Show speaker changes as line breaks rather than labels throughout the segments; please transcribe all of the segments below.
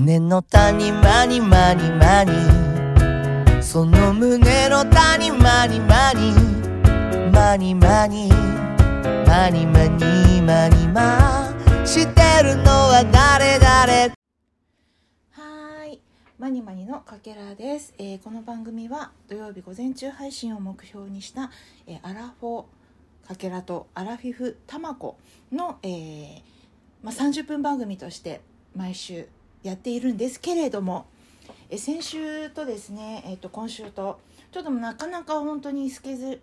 胸の谷間に間に間に、その胸の谷間に間に間に間に間に間に間に間してるのは誰々。
はい、マニマニのかけらです。この番組は土曜日午前中配信を目標にした、アラフォーかけらとアラフィフたまこの、30分番組として毎週やっているんですけれども、先週とですね、今週とちょっとなかなか本当にスケジュ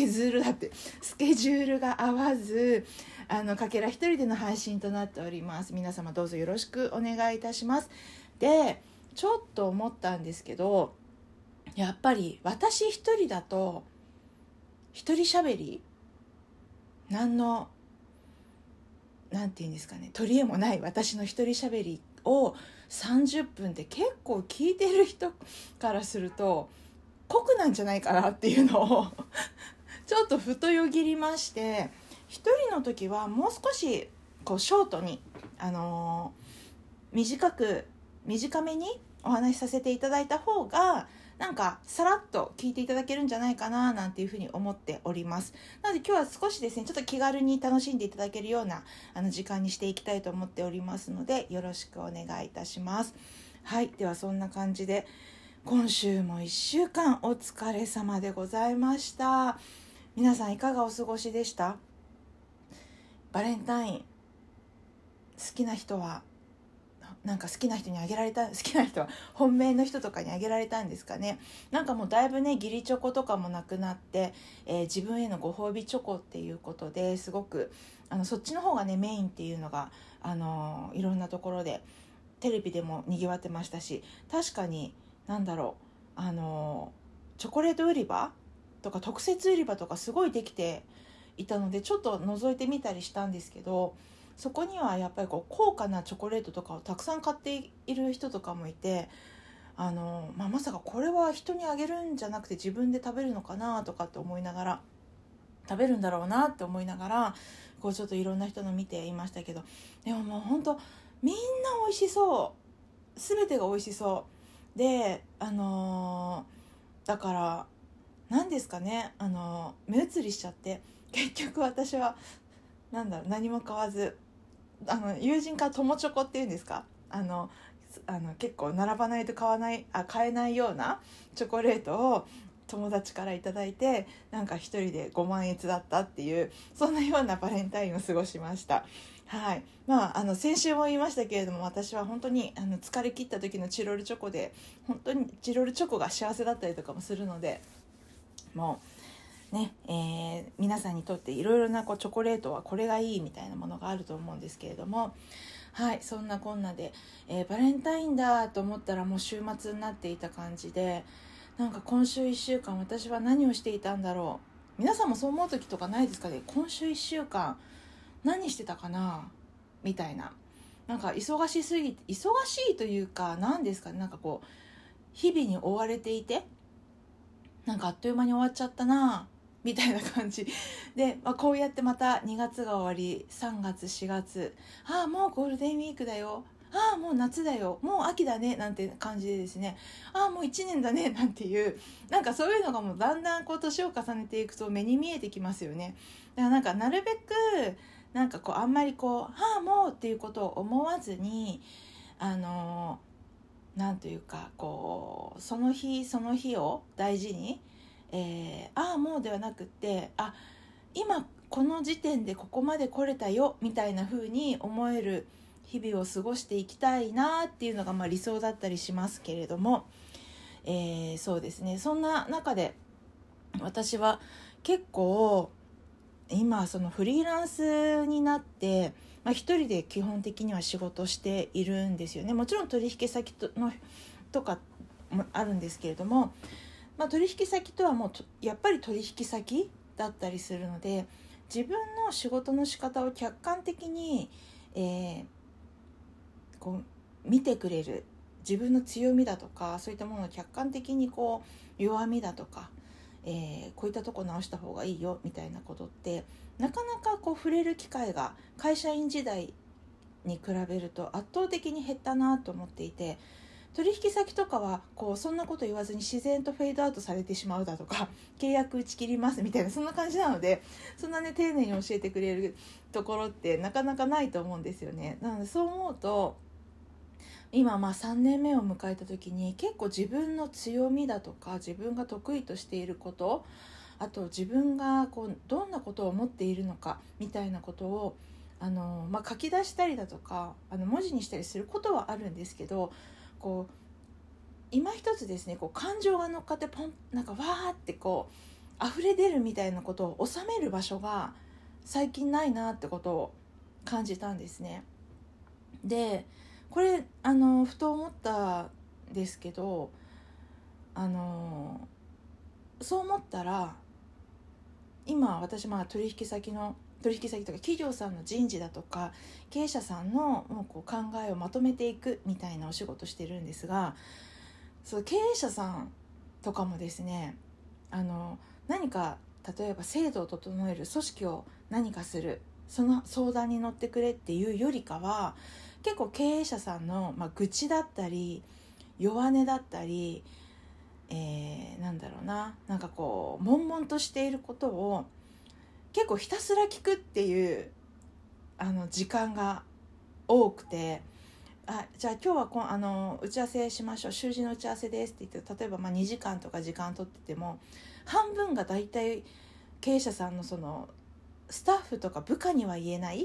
ールが合わず、かけら一人での配信となっております。皆様どうぞよろしくお願いいたします。で、ちょっと思ったんですけど、やっぱり私一人だと一人喋りなんていうんですかね、取り柄もない私の一人喋りを30分って結構聞いてる人からすると酷なんじゃないかなっていうのをちょっとふとよぎりまして、一人の時はもう少しこうショートに、短めにお話しさせていただいた方がなんかさらっと聞いていただけるんじゃないかななんていうふうに思っております。なので今日は少しですね、ちょっと気軽に楽しんでいただけるような時間にしていきたいと思っておりますので、よろしくお願いいたします。はい、ではそんな感じで今週も1週間お疲れ様でございました。皆さんいかがお過ごしでした？バレンタイン好きな人はなんか好きな人にあげられた、好きな人は本命の人とかにあげられたんですかね。なんかもうだいぶね、義理チョコとかもなくなって、自分へのご褒美チョコっていうことですごくそっちの方がねメインっていうのがいろんなところでテレビでもにぎわってましたし、確かにチョコレート売り場とか特設売り場とかすごいできていたので、ちょっと覗いてみたりしたんですけど、そこにはやっぱりこう高価なチョコレートとかをたくさん買っている人とかもいて、まさかこれは人にあげるんじゃなくて自分で食べるのかなとかって思いながら、食べるんだろうなって思いながらこうちょっといろんな人の見ていましたけど、でももう本当みんな美味しそう、全てが美味しそうで、だから何ですかね、目移りしちゃって結局私は何も買わず、友人から友チョコっていうんですか、結構並ばないと買えないようなチョコレートを友達からいただいて、なんか一人で5万円だったっていう、そんなようなバレンタインを過ごしました。はい、先週も言いましたけれども、私は本当に疲れ切った時のチロルチョコで、本当にチロルチョコが幸せだったりとかもするので、もうね、皆さんにとっていろいろなチョコレートはこれがいいみたいなものがあると思うんですけれども、はい、そんなこんなで、バレンタインだと思ったらもう週末になっていた感じで、なんか今週1週間私は何をしていたんだろう。皆さんもそう思う時とかないですかね。今週1週間何してたかなみたいな、なんか忙しいというか、何ですかね、なんかこう日々に追われていて、なんかあっという間に終わっちゃったなみたいな感じで、こうやってまた2月が終わり、3月4月、もうゴールデンウィークだよ、もう夏だよ、もう秋だねなんて感じでですね、もう1年だねなんていう、なんかそういうのがもうだんだん年を重ねていくと目に見えてきますよね。だからなんかなるべくなんかあんまりもうっていうことを思わずに、なんというかその日その日を大事に、もうではなくって、今この時点でここまで来れたよみたいな風に思える日々を過ごしていきたいなっていうのが理想だったりしますけれども、そうですね、そんな中で私は結構今そのフリーランスになって、一人で基本的には仕事しているんですよね。もちろん取引先とかもあるんですけれども、取引先とはもうやっぱり取引先だったりするので、自分の仕事の仕方を客観的に、見てくれる、自分の強みだとかそういったものを客観的に弱みだとか、こういったとこ直した方がいいよみたいなことってなかなか触れる機会が会社員時代に比べると圧倒的に減ったなと思っていて、取引先とかはこうそんなこと言わずに自然とフェードアウトされてしまうだとか、契約打ち切りますみたいな、そんな感じなので、そんなね丁寧に教えてくれるところってなかなかないと思うんですよね。なのでそう思うと、今3年目を迎えた時に結構自分の強みだとか、自分が得意としていること、あと自分がこうどんなことを思っているのかみたいなことを書き出したりだとか文字にしたりすることはあるんですけど、こう今一つですね、こう感情が乗っかってポンなんかわーってこう溢れ出るみたいなことを収める場所が最近ないなってことを感じたんですね。でこれふと思ったんですけど、そう思ったら今私取引先とか企業さんの人事だとか経営者さんのもうこう考えをまとめていくみたいなお仕事してるんですが、そう経営者さんとかもですね、何か例えば制度を整える、組織を何かする、その相談に乗ってくれっていうよりかは、結構経営者さんの、愚痴だったり弱音だったり、なんかこう悶々としていることを結構ひたすら聞くっていう時間が多くて、じゃあ今日は打ち合わせしましょう、習字の打ち合わせですって言って、例えば2時間とか時間取ってても半分がだいたい経営者さんのそのスタッフとか部下には言えない、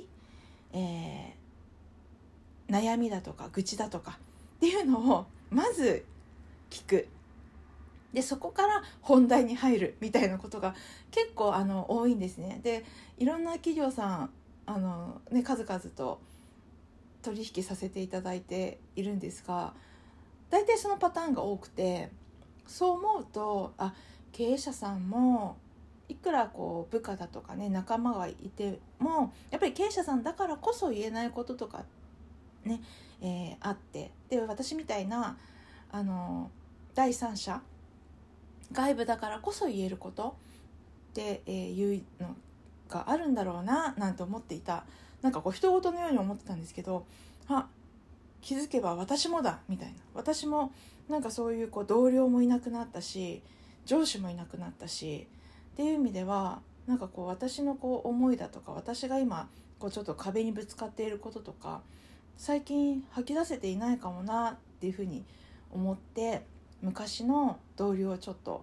悩みだとか愚痴だとかっていうのをまず聞く。でそこから本題に入るみたいなことが結構多いんですね。でいろんな企業さん数々と取引させていただいているんですが、大体そのパターンが多くて、そう思うと経営者さんもいくらこう部下だとかね仲間がいてもやっぱり経営者さんだからこそ言えないこととかね、あって、で私みたいな第三者外部だからこそ言えることっていうのがあるんだろうななんて思っていた。なんかこう人事のように思ってたんですけど、気づけば私もだみたいな、私もなんかそういう同僚もいなくなったし上司もいなくなったしっていう意味では、なんか私の思いだとか、私が今ちょっと壁にぶつかっていることとか最近吐き出せていないかもなっていうふうに思って、昔の同僚をちょっと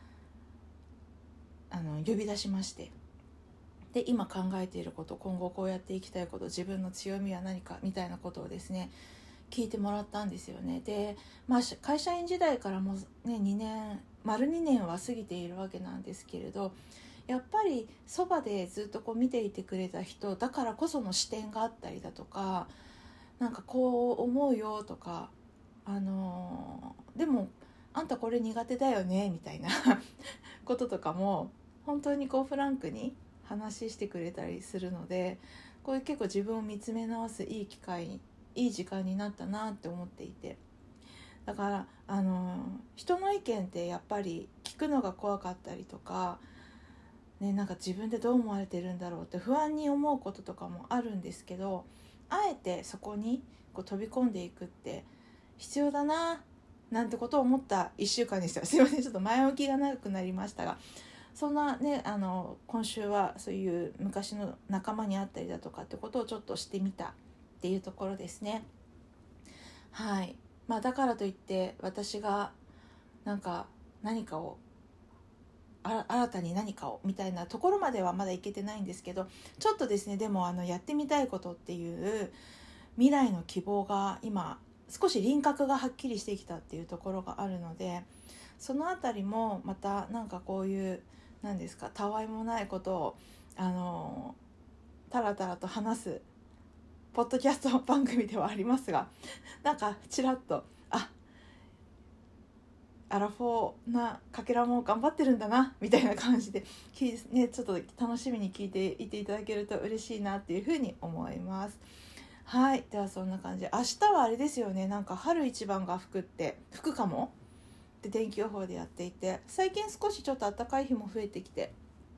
呼び出しまして、で今考えていること、今後こうやっていきたいこと、自分の強みは何かみたいなことをですね聞いてもらったんですよね。で、会社員時代からもね丸2年は過ぎているわけなんですけれど、やっぱりそばでずっと見ていてくれた人だからこその視点があったりだとか、なんかこう思うよとか、でもあんたこれ苦手だよねみたいなこととかも本当にフランクに話してくれたりするので、これ結構自分を見つめ直すいい機会、いい時間になったなって思っていて、だから人の意見ってやっぱり聞くのが怖かったりとか、なんか自分でどう思われてるんだろうって不安に思うこととかもあるんですけど、あえてそこに飛び込んでいくって必要だななんてことを思った1週間でした。すいません、ちょっと前置きが長くなりましたが、そんなね今週はそういう昔の仲間に会ったりだとかってことをちょっとしてみたっていうところですね。はい。だからといって私が何かを新たに何かをみたいなところまではまだいけてないんですけど、ちょっとですねでもやってみたいことっていう未来の希望が今少し輪郭がはっきりしてきたっていうところがあるので、そのあたりもまたなんかこういうたわいもないことをタラタラと話すポッドキャスト番組ではありますが、なんかちらっとアラフォーなかけらも頑張ってるんだなみたいな感じで、ちょっと楽しみに聞いていていただけると嬉しいなっていうふうに思います。はい、ではそんな感じで、明日はあれですよね、なんか春一番が吹くかもって天気予報でやっていて、最近少しちょっと暖かい日も増えてきて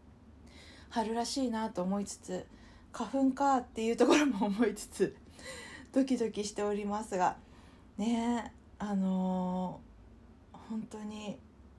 春らしいなと思いつつ、花粉かっていうところも思いつつ、 ドキドキしておりますがね、本当に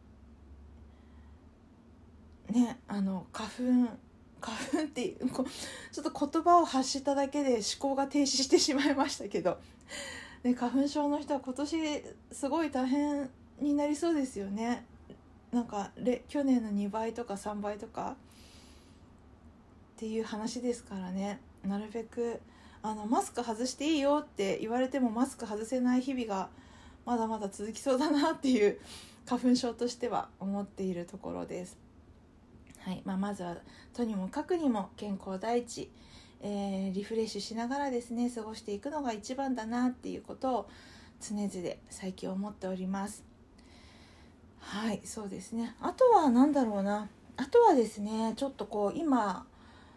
ね、花粉ってちょっと言葉を発しただけで思考が停止してしまいましたけど、ね、花粉症の人は今年すごい大変になりそうですよね。なんか去年の2倍とか3倍とかっていう話ですからね。なるべくマスク外していいよって言われてもマスク外せない日々がまだまだ続きそうだなっていう花粉症としては思っているところです。はい、まずはとにもかくにも健康第一、リフレッシュしながらですね過ごしていくのが一番だなっていうことを常々最近思っております。はい、そうですね。あとは何だろうな、あとはですね、ちょっとこう今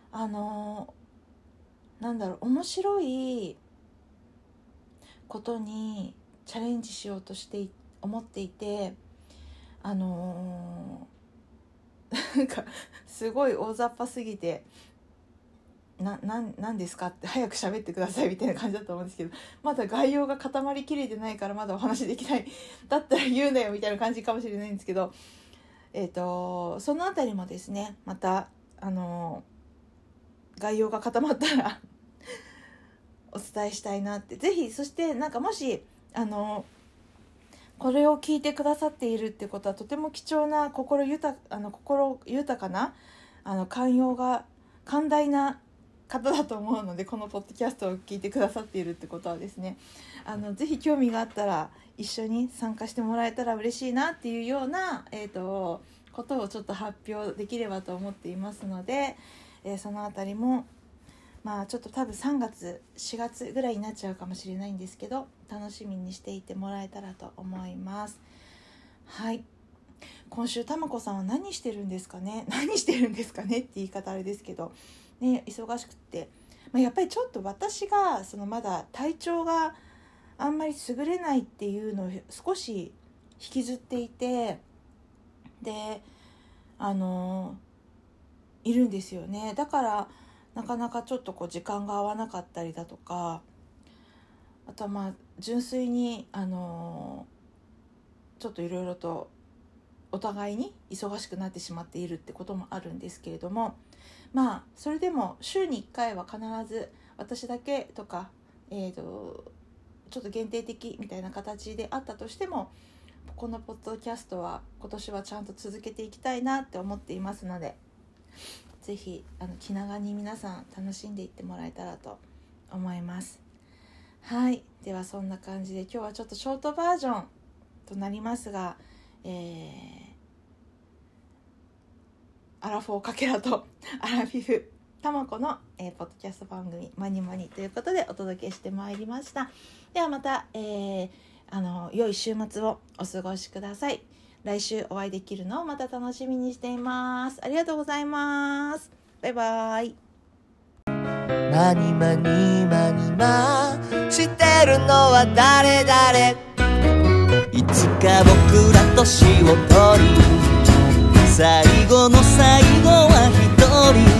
面白いことにチャレンジしようと思っていて、なんかすごい大雑把すぎて何ですかって早く喋ってくださいみたいな感じだと思うんですけど、まだ概要が固まりきれてないからまだお話できないだったら言うなよみたいな感じかもしれないんですけど、そのあたりもですねまた概要が固まったらお伝えしたいなって。ぜひそしてなんかもしこれを聞いてくださっているってことはとても貴重な心豊かな寛大な方だと思うので、このポッドキャストを聞いてくださっているってことはですねぜひ興味があったら一緒に参加してもらえたら嬉しいなっていうような、ことをちょっと発表できればと思っていますので、そのあたりもちょっと多分3月4月ぐらいになっちゃうかもしれないんですけど楽しみにしていてもらえたらと思います。はい、今週たまこさんは何してるんですかねって言い方あれですけどね、忙しくって、やっぱりちょっと私がまだ体調があんまり優れないっていうのを少し引きずっていて、でいるんですよね。だからなかなかちょっと時間が合わなかったりだとか、あとは純粋にちょっといろいろとお互いに忙しくなってしまっているってこともあるんですけれども、それでも週に1回は必ず私だけとか、ちょっと限定的みたいな形であったとしてもこのポッドキャストは今年はちゃんと続けていきたいなって思っていますので、ぜひ気長に皆さん楽しんでいってもらえたらと思います。はい、ではそんな感じで今日はちょっとショートバージョンとなりますが、アラフォーかけらとアラフィフたまこの、ポッドキャスト番組マニマニということでお届けしてまいりました。ではまた、良い週末をお過ごしください。来週お会いできるのをまた楽しみにしています。ありがとうございます。バイバイ。
マニマニマニマしてるのは誰いつか僕ら年を取り最後の最後は一人